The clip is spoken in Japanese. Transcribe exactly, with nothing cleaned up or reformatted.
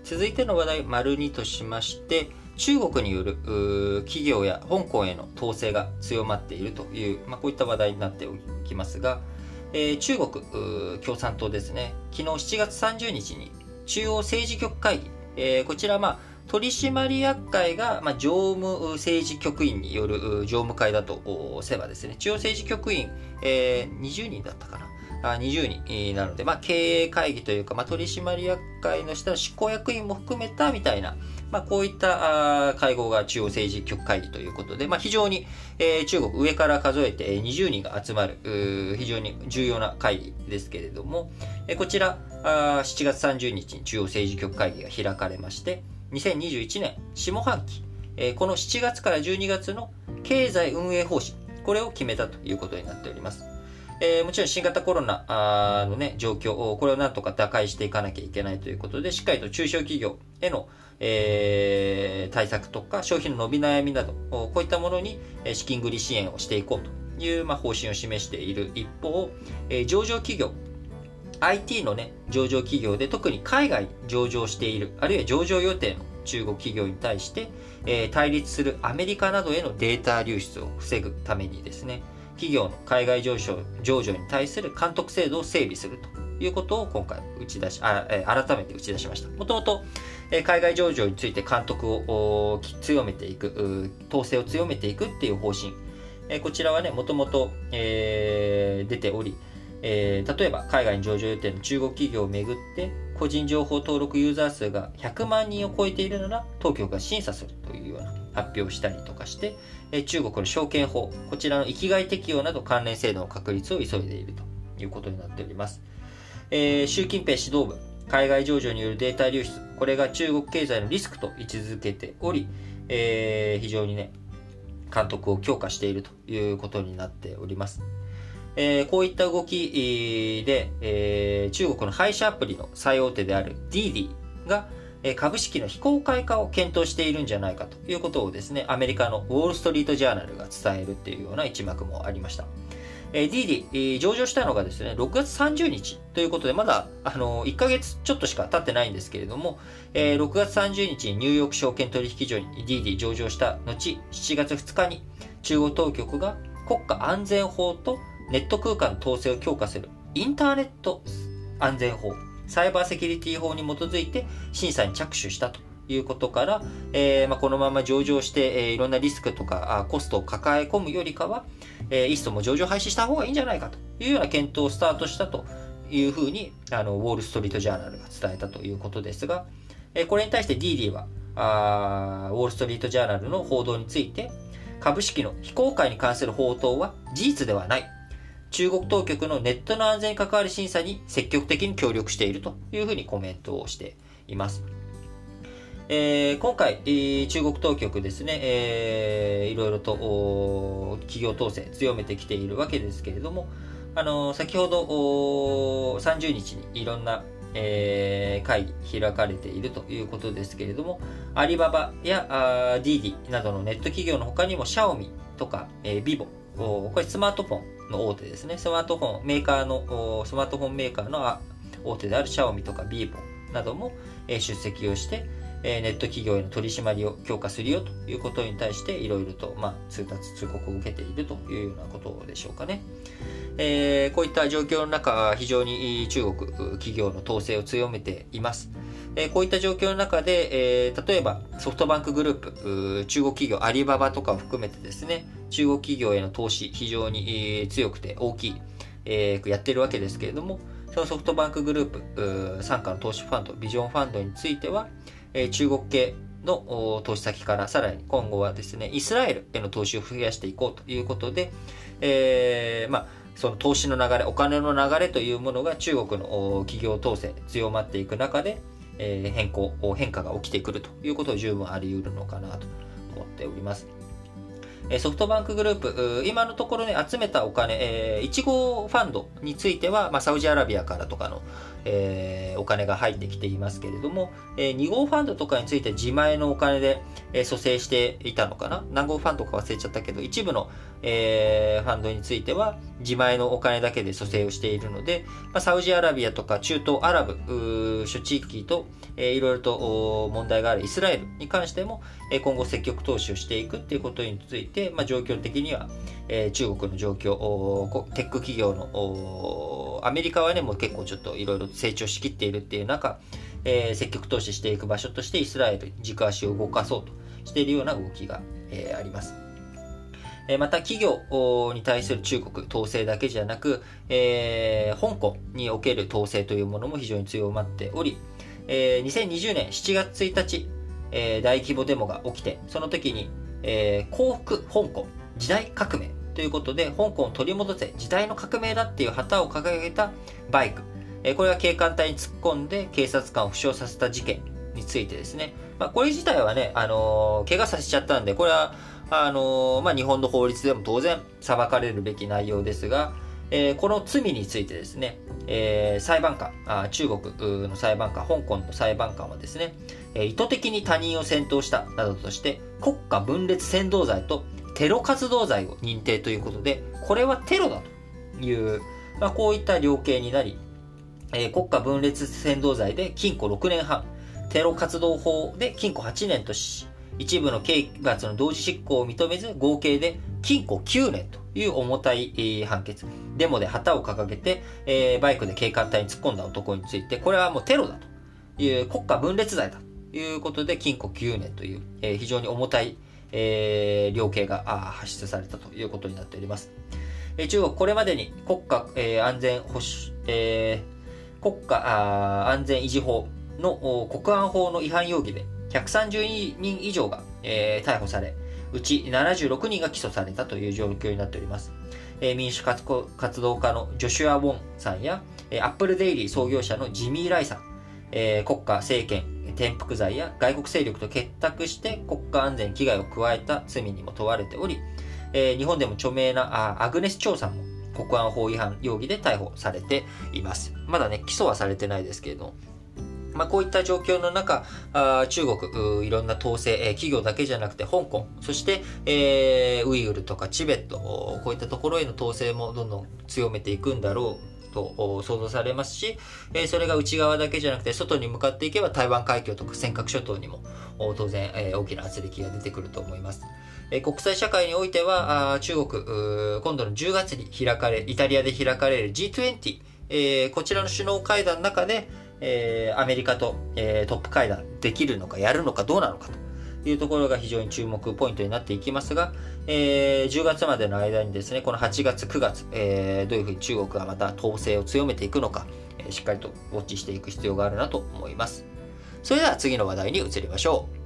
続いての話題、丸にとしまして、中国による企業や香港への統制が強まっているという、まあ、こういった話題になっておきますが、えー、中国共産党ですね、昨日しちがつさんじゅうにちに中央政治局会議、えー、こちら、まあ、取締役会が、まあ、常務政治局員による常務会だとすればですね、中央政治局員、えー、にじゅうにんだったかな。にじゅうにんなので、まあ、経営会議というか、まあ、取締役会の下の執行役員も含めたみたいな、まあ、こういった会合が中央政治局会議ということで、まあ、非常に、えー、中国上から数えてにじゅうにんが集まる非常に重要な会議ですけれども、えー、こちらしちがつさんじゅうにちに中央政治局会議が開かれまして、にせんにじゅういちねん下半期、えー、このしちがつからじゅうにがつの経済運営方針、これを決めたということになっております。えー、もちろん新型コロナの、ね、状況、これをなんとか打開していかなきゃいけないということで、しっかりと中小企業への、えー、対策とか消費の伸び悩みなど、こういったものに資金繰り支援をしていこうという、まあ、方針を示している一方、えー、上場企業、アイティー の、ね、上場企業で特に海外に上場している、あるいは上場予定の中国企業に対して、えー、対立するアメリカなどへのデータ流出を防ぐためにですね、企業の海外上場、上場に対する監督制度を整備するということを今回打ち出し、あ改めて打ち出しました。もともと海外上場について監督を強めていく、統制を強めていくっていう方針。こちらはね、もともと出ており、例えば海外に上場予定の中国企業をめぐって個人情報登録ユーザー数がひゃくまんにんを超えているなら当局が審査するというような発表をしたりとかして、中国の証券法、こちらの域外適用など関連制度の確立を急いでいるということになっております。えー、習近平指導部、海外上場によるデータ流出、これが中国経済のリスクと位置づけており、えー、非常にね、監督を強化しているということになっております。えー、こういった動きで、えー、中国の配車アプリの最大手である ディーディー が株式の非公開化を検討しているんじゃないかということをですね、アメリカのウォールストリートジャーナルが伝えるっていうような一幕もありました。えー、ディーディー、えー、上場したのがですね、ろくがつさんじゅうにちということで、まだ、あのー、いっかげつちょっとしか経ってないんですけれども、えー、ろくがつさんじゅうにちにニューヨーク証券取引所に ディーディー 上場した後、しちがつふつかに中国当局が国家安全法とネット空間の統制を強化するインターネット安全法、サイバーセキュリティ法に基づいて審査に着手したということから、えーまあ、このまま上場して、えー、いろんなリスクとかあコストを抱え込むよりかは、えー、いっそも上場廃止した方がいいんじゃないかというような検討をスタートしたというふうにあのウォールストリートジャーナルが伝えたということですが、えー、これに対して ディーディー はあーウォールストリートジャーナルの報道について、株式の非公開に関する報道は事実ではない、中国当局のネットの安全に関わる審査に積極的に協力しているというふうにコメントをしています。えー、今回、えー、中国当局ですね、えー、いろいろと企業統制強めてきているわけですけれども、あのー、先ほどさんじゅうにちにいろんな、えー、会議開かれているということですけれども、アリババやあ ディーディー などのネット企業の他にもシャオミとか、えー、ビボ、これスマートフォンの大手ですね。スマートフォンメーカーの、スマートフォンメーカーの大手であるシャオミとかビーボなども出席をして、ネット企業への取り締まりを強化するよということに対していろいろと、まあ、通達、通告を受けているというようなことでしょうかね。えー、こういった状況の中、非常に中国企業の統制を強めています。えー、こういった状況の中で、えー、例えばソフトバンクグループ、中国企業アリババとかを含めてですね、中国企業への投資非常に、えー、強くて大きい、えー、やってるわけですけれども、そのソフトバンクグループ傘下の投資ファンド、ビジョンファンドについては、えー、中国系の投資先からさらに今後はですね、イスラエルへの投資を増やしていこうということで、えー、まあその投資の流れ、お金の流れというものが中国の企業統制強まっていく中で、えー、変更、変化が起きてくるということを十分あり得るのかなと思っております。ソフトバンクグループ、今のところね、集めたお金、いち号ファンドについては、まあ、サウジアラビアからとかの、 えー、お金が入ってきていますけれども、えー、に号ファンドとかについて自前のお金で、えー、蘇生していたのかな、何号ファンドか忘れちゃったけど、一部の、えー、ファンドについては自前のお金だけで蘇生をしているので、まあ、サウジアラビアとか中東アラブ諸地域と、えー、いろいろと問題があるイスラエルに関しても、えー、今後積極投資をしていくっていうことについて、まあ、状況的には、えー、中国の状況、テック企業のアメリカはね、もう結構ちょっといろいろ成長しきっているっていう中、えー、積極投資していく場所としてイスラエルに軸足を動かそうとしているような動きが、えー、あります。えー、また企業に対する中国統制だけじゃなく、えー、香港における統制というものも非常に強まっており、えー、にせんにじゅうねんしちがつついたち、えー、大規模デモが起きて、その時に、えー、幸福香港時代革命ということで、香港を取り戻せ時代の革命だっていう旗を掲げたバイク、えー、これが警官隊に突っ込んで警察官を負傷させた事件についてですね、まあ、これ自体はね、あのー、怪我させちゃったんで、これはあのーまあ、日本の法律でも当然裁かれるべき内容ですが、えー、この罪についてですね、えー、裁判官あ、中国の裁判官、香港の裁判官はですね、えー、意図的に他人を戦闘したなどとして国家分裂扇動罪とテロ活動罪を認定ということで、これはテロだという、まあ、こういった量刑になり、えー、国家分裂扇動罪で禁錮ろくねんはん、テロ活動法で禁錮はちねんとし、一部の刑罰の同時執行を認めず合計で禁錮きゅうねんという重たい判決。デモで旗を掲げて、えー、バイクで警官隊に突っ込んだ男について、これはもうテロだという国家分裂罪だということで禁錮きゅうねんという、えー、非常に重たい、えー、量刑が発出されたということになっております。えー、中国これまでに国家、えー、安全保障、えー、国家安全維持法の国安法の違反容疑でひゃくさんじゅうにん以上が、えー、逮捕され、うちななじゅうろくにんが起訴されたという状況になっております。えー、民主活動家のジョシュア・ウォンさんや、えー、アップルデイリー創業者のジミー・ライさん、えー、国家政権転覆罪や外国勢力と結託して国家安全危害を加えた罪にも問われており、えー、日本でも著名なあアグネス・チョウさんも国安法違反容疑で逮捕されています。まだね、起訴はされてないですけれども、まあ、こういった状況の中、あ中国、いろんな統制、えー、企業だけじゃなくて香港、そして、えー、ウイグルとかチベット、こういったところへの統制もどんどん強めていくんだろうと想像されますし、えー、それが内側だけじゃなくて外に向かっていけば台湾海峡とか尖閣諸島にも当然、えー、大きな圧力が出てくると思います。えー、国際社会においては、あ中国、今度のじゅうがつに開かれ、イタリアで開かれる ジートゥエンティー、えー、こちらの首脳会談の中で、えー、アメリカと、えー、トップ会談できるのかやるのかどうなのかというところが非常に注目ポイントになっていきますが、えー、じゅうがつまでの間にですね、このはちがつくがつ、えー、どういうふうに中国がまた統制を強めていくのか、えー、しっかりとウォッチしていく必要があるなと思います。それでは次の話題に移りましょう。